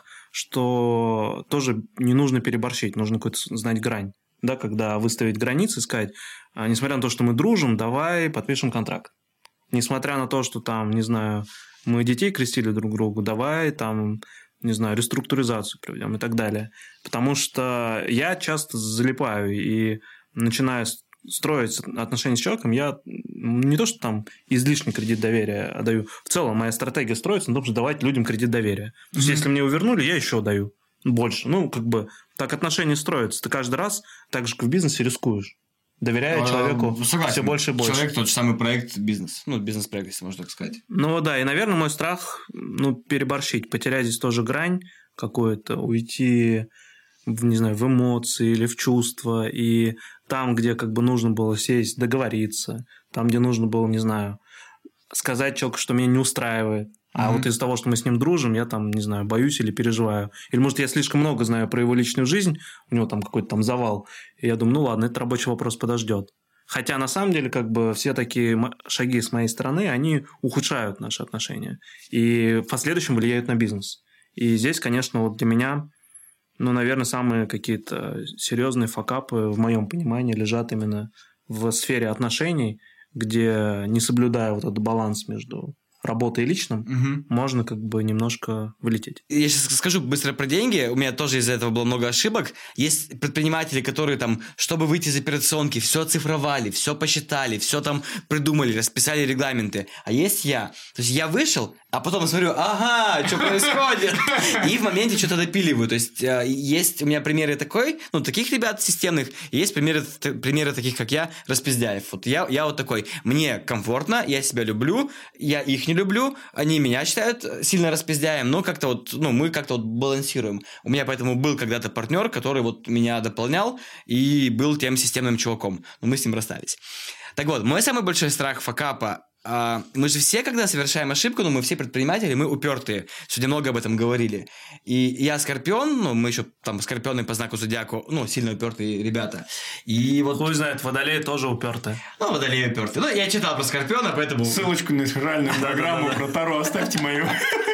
что тоже не нужно переборщить, нужно какую-то знать грань, да, когда выставить границы, сказать, несмотря на то, что мы дружим, давай подпишем контракт. Несмотря на то, что там, не знаю, мы детей крестили друг другу, давай там, не знаю, реструктуризацию проведем и так далее. Потому что я часто залипаю и начинаю строить отношения с человеком, я не то, что там излишний кредит доверия отдаю. В целом, моя стратегия строится на том, что давать людям кредит доверия. То есть, mm-hmm. если мне его вернули, я еще даю больше. Ну, как бы, так отношения строятся. Ты каждый раз, так же, как в бизнесе, рискуешь. Доверяя а, человеку согласен. Все больше и больше. Человек тот же самый проект бизнес. Ну, бизнес-проект, если можно так сказать. Ну, да. И, наверное, мой страх, ну, переборщить. Потерять здесь тоже грань какую-то, уйти... В, не знаю, в эмоции или в чувства, и там, где как бы нужно было сесть, договориться, там, где нужно было, не знаю, сказать человеку, что меня не устраивает, а mm-hmm. вот из-за того, что мы с ним дружим, я там, не знаю, боюсь или переживаю. Или, может, я слишком много знаю про его личную жизнь, у него там какой-то там завал, и я думаю, ну ладно, этот рабочий вопрос подождет. Хотя, на самом деле, как бы все такие шаги с моей стороны, они ухудшают наши отношения и в последующем влияют на бизнес. И здесь, конечно, вот для меня... Ну, наверное, самые какие-то серьезные факапы, в моем понимании, лежат именно в сфере отношений, где, не соблюдая вот этот баланс между работой и личным, угу. можно как бы немножко вылететь. Я сейчас скажу быстро про деньги. У меня тоже из-за этого было много ошибок. Есть предприниматели, которые там, чтобы выйти из операционки, все оцифровали, все посчитали, все там придумали, расписали регламенты. А есть я. То есть я вышел, а потом смотрю, ага, что происходит? И в моменте что-то допиливаю. То есть есть у меня примеры такой, ну, таких ребят системных, и есть примеры, примеры таких, как я, распиздяев. Вот я, я вот такой. Мне комфортно, я себя люблю, я их не люблю, они меня считают сильно распиздяем, но как-то вот, ну, мы как-то вот балансируем. У меня поэтому был когда-то партнер, который вот меня дополнял и был тем системным чуваком. Но мы с ним расстались. Так вот, мой самый большой страх факапа. Uh, мы же все, когда совершаем ошибку, ну, мы все предприниматели, мы упертые. Сегодня много об этом говорили. И я Скорпион, ну, мы еще там Скорпионы по знаку зодиаку, ну, сильно упертые ребята. И вот... Хуй знает, Водолей тоже упертые. Ну, Водолей упертый. Ну, я читал про Скорпиона, поэтому... Ссылочку на реальную программу про Таро оставьте мою.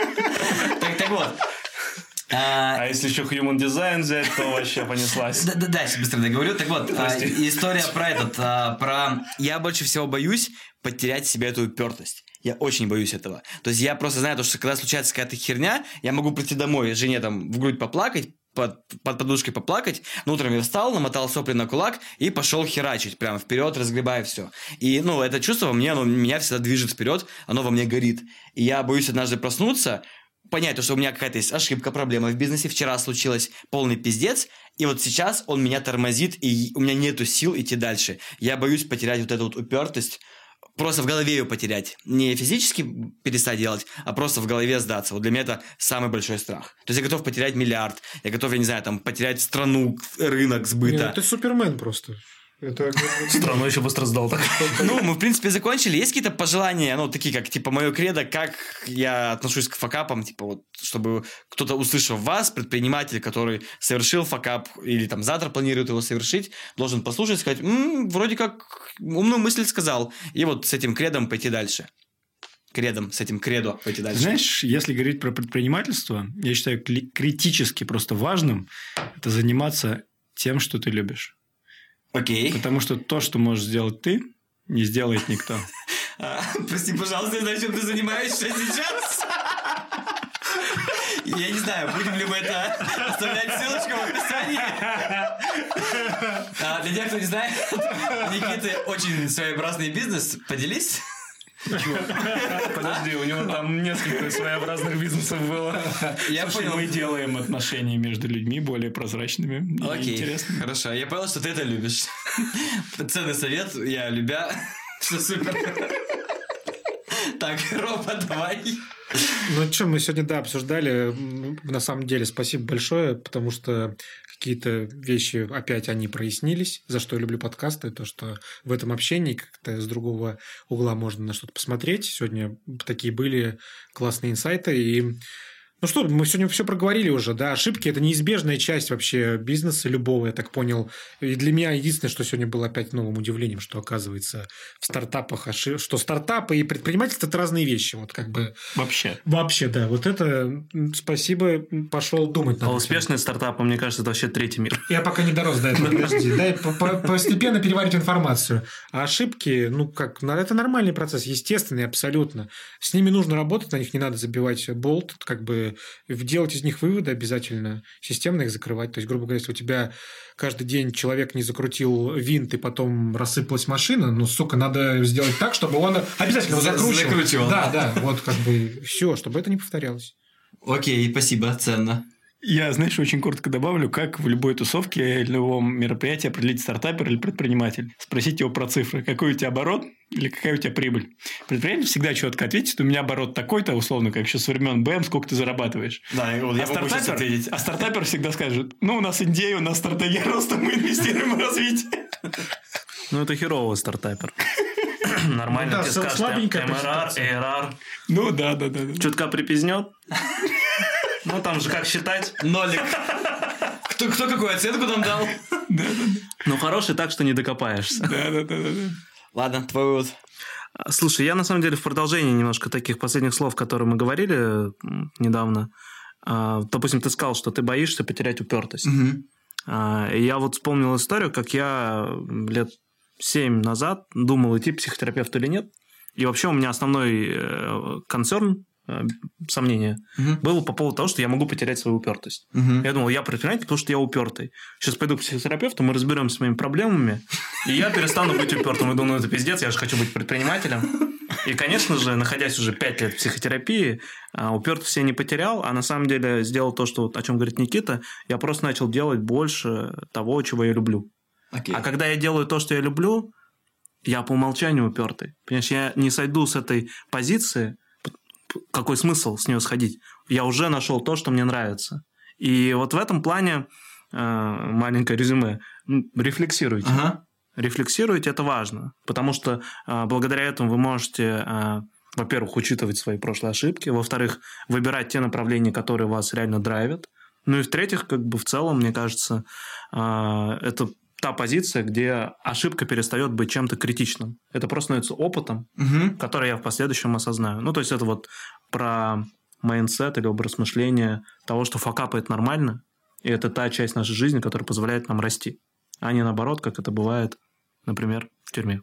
Так вот. А, а если еще Human Design взять, то вообще понеслась. Да, да, дальше быстро договорю. Так вот, а, история про этот, а, про... Я больше всего боюсь потерять в себе эту упертость. Я очень боюсь этого. То есть я просто знаю, что когда случается какая-то херня, я могу прийти домой, жене там в грудь поплакать, под, под подушкой поплакать, но утром я встал, намотал сопли на кулак и пошел херачить прямо вперед, разгребая все. И, ну, это чувство во мне, оно меня всегда движет вперед, оно во мне горит. И я боюсь однажды проснуться, понять, что у меня какая-то есть ошибка, проблема в бизнесе, вчера случилось полный пиздец, и вот сейчас он меня тормозит, и у меня нету сил идти дальше. Я боюсь потерять вот эту вот упертость, просто в голове ее потерять. Не физически перестать делать, а просто в голове сдаться. Вот для меня это самый большой страх. То есть я готов потерять миллиард, я готов, я не знаю, там, потерять страну, рынок сбыта. Нет, ты Супермен просто. Это... Страну еще быстро сдал так. Ну, мы, в принципе, закончили. Есть какие-то пожелания, ну, такие, как, типа, мое кредо, как я отношусь к факапам, типа, вот, чтобы кто-то, услышав вас, предприниматель, который совершил факап или, там, завтра планирует его совершить, должен послушать и сказать, м-м, вроде как умную мысль сказал, и вот с этим кредом пойти дальше. Кредом, с этим кредо пойти дальше. Знаешь, если говорить про предпринимательство, я считаю критически просто важным это заниматься тем, что ты любишь. Окей. Потому что то, что можешь сделать ты, не сделает никто. Прости, пожалуйста, я знаю, чем ты занимаешься сейчас. Я не знаю, будем ли мы это оставлять ссылочку в описании. Для тех, кто не знает, у Никиты очень своеобразный бизнес. Поделись. Подожди, у него там несколько своеобразных бизнесов было. Я понял. Мы делаем отношения между людьми более прозрачными и интересными. Хорошо, я понял, что ты это любишь. Ценный совет, я любя. Что супер. Так, Так, Рома, давай. Ну, что, мы сегодня, да, обсуждали. На самом деле, спасибо большое, потому что какие-то вещи опять они прояснились, за что я люблю подкасты, то, что в этом общении как-то с другого угла можно на что-то посмотреть. Сегодня такие были классные инсайты, и... Ну что, мы сегодня все проговорили уже, да, ошибки – это неизбежная часть вообще бизнеса любого, я так понял. И для меня единственное, что сегодня было опять новым удивлением, что оказывается в стартапах, ошиб... что стартапы и предпринимательство – это разные вещи, вот как бы… Вообще. Вообще, да, вот это спасибо, пошел думать. А успешные стартапы, мне кажется, это вообще третий мир. Я пока не дорос до этого, подожди, дай постепенно переварить информацию. А ошибки, ну как, это нормальный процесс, естественный абсолютно. С ними нужно работать, на них не надо забивать болт, как бы делать из них выводы обязательно, системно их закрывать. То есть, грубо говоря, если у тебя каждый день человек не закрутил винт и потом рассыпалась машина, ну, сука, надо сделать так, чтобы он обязательно его закручивал. Закручивал. Да, да, вот как бы все, чтобы это не повторялось. Окей, спасибо, ценно. Я, знаешь, очень коротко добавлю, как в любой тусовке или любом мероприятии определить стартапер или предприниматель. Спросить его про цифры. Какой у тебя оборот или какая у тебя прибыль? Предприниматель всегда четко ответит, у меня оборот такой-то, условно, как еще со времен БМ, сколько ты зарабатываешь. Да, вот я а, могу сейчас ответить. А стартапер всегда скажет, ну, у нас идея, у нас стратегия роста, мы инвестируем в развитие. Ну, это херовый стартапер. Нормально тебе скажет эм эр ар, эй ар ар. Ну, да, да, да. Чутка припизнет. Ну, там же как считать? Нолик. Кто, кто какую оценку там дал? Да, да, да. Ну, хороший так, что не докопаешься. Да, да, да, да. Ладно, твой вывод. Слушай, я на самом деле в продолжении немножко таких последних слов, которые мы говорили недавно. Допустим, ты сказал, что ты боишься потерять упертость. Угу. И я вот вспомнил историю, как я лет семь назад думал, идти к психотерапевту или нет. И вообще у меня основной концерн, сомнение, угу. было по поводу того, что я могу потерять свою упертость. Угу. Я думал, я предприниматель, потому что я упертый. Сейчас пойду к психотерапевту, мы разберемся с моими проблемами, и я перестану быть упертым. Я думаю, ну это пиздец, я же хочу быть предпринимателем. И, конечно же, находясь уже пять лет в психотерапии, упертость я не потерял, а на самом деле сделал то, что, о чем говорит Никита, я просто начал делать больше того, чего я люблю. Okay. А когда я делаю то, что я люблю, я по умолчанию упертый. Понимаешь, я не сойду с этой позиции. Какой смысл с нее сходить? Я уже нашел то, что мне нравится. И вот в этом плане э, маленькое резюме. Рефлексируйте. Ага. Рефлексируйте, это важно. Потому что э, благодаря этому вы можете, э, во-первых, учитывать свои прошлые ошибки, во-вторых, выбирать те направления, которые вас реально драйвят. Ну и в-третьих, как бы в целом, мне кажется, э, это та позиция, где ошибка перестает быть чем-то критичным. Это просто становится опытом, угу. который я в последующем осознаю. Ну, то есть, это вот про майндсет или образ мышления того, что факапы – это нормально, и это та часть нашей жизни, которая позволяет нам расти. А не наоборот, как это бывает, например, в тюрьме.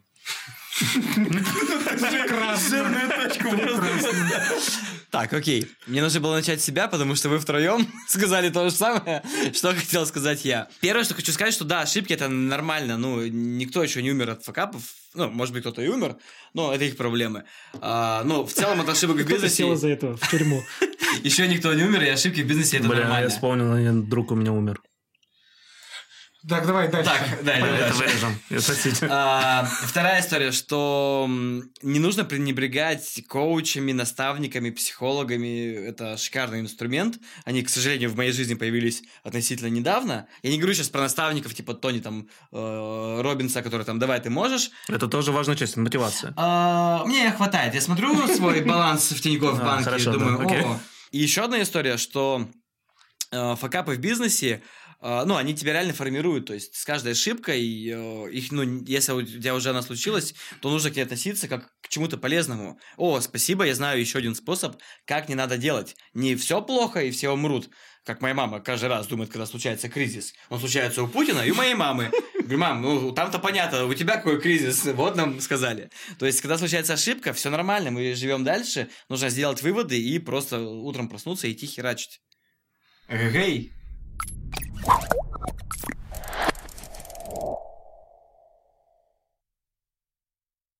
Жирную точку. Так, окей. Мне нужно было начать с себя, потому что вы втроем сказали то же самое, что хотел сказать я. Первое, что хочу сказать, что да, ошибки это нормально. Ну, никто еще не умер от факапов. Ну, может быть, кто-то и умер, но это их проблемы. А, ну, в целом от ошибок в бизнесе... Кто-то сел из-за этого в тюрьму. Еще никто не умер, и ошибки в бизнесе это Бля, нормально. я вспомнил, друг у меня умер. Так, давай дальше. Так, да, это вырежем. А, вторая история, что не нужно пренебрегать коучами, наставниками, психологами. Это шикарный инструмент. Они, к сожалению, в моей жизни появились относительно недавно. Я не говорю сейчас про наставников типа Тони там, э, Робинса, который там «давай, ты можешь». Это тоже важная часть, мотивация. А, мне хватает. Я смотрю свой баланс в Тинькофф банке и думаю, о. И еще одна история, что факапы в бизнесе, ну, они тебя реально формируют, то есть с каждой ошибкой, их, ну, если у тебя уже она случилась, то нужно к ней относиться как к чему-то полезному. О, спасибо, я знаю еще один способ, как не надо делать. Не все плохо и все умрут, как моя мама каждый раз думает, когда случается кризис. Он случается у Путина и у моей мамы. Говорю, мам, ну, там-то понятно, у тебя какой кризис, вот нам сказали. То есть, когда случается ошибка, все нормально, мы живем дальше, нужно сделать выводы и просто утром проснуться и идти херачить. Эй!